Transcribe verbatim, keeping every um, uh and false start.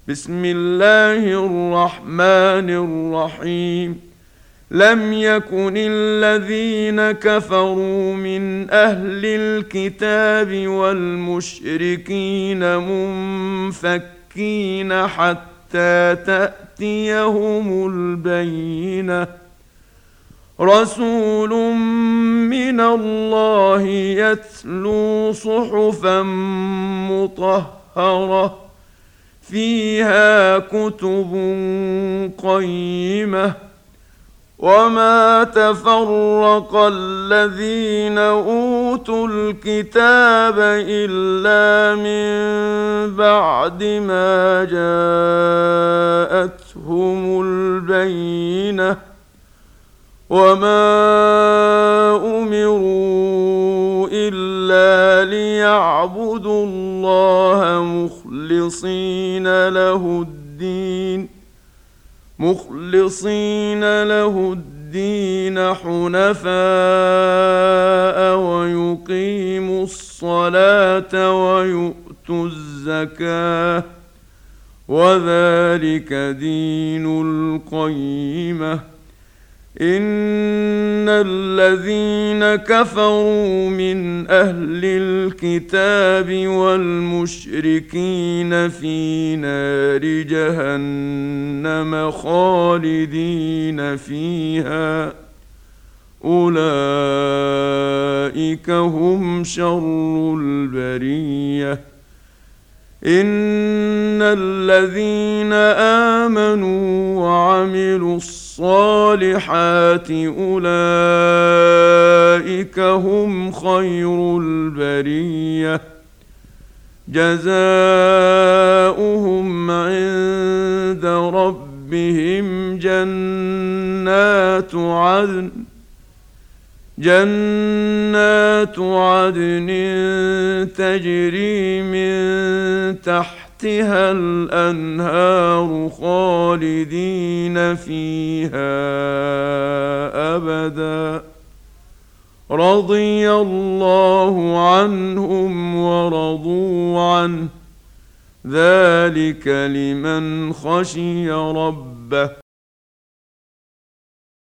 بسم الله الرحمن الرحيم. لم يكن الذين كفروا من أهل الكتاب والمشركين منفكين حتى تأتيهم البينة. رسول من الله يتلو صحفا مطهرة فيها كتب قيمة. وما تفرق الذين أوتوا الكتاب إلا من بعد ما جاءتهم البينة. وما أمروا إلا ليعبدوا الله مخلصين له الدين مخلصين له الدين حنفاء ويقيموا الصلاة ويؤتوا الزكاة وذلك دين القيمة. إن الذين كفروا من أهل الكتاب والمشركين في نار جهنم خالدين فيها أولئك هم شر البرية. إن الذين آمنوا وعملوا الصالحات أولئك هم خير البرية. جزاؤهم عند ربهم جنات عدن جنات عدن تجري من تحتها الأنهار خالدين فيها أبدا. رضي الله عنهم ورضوا عنه ذلك لمن خشي ربه.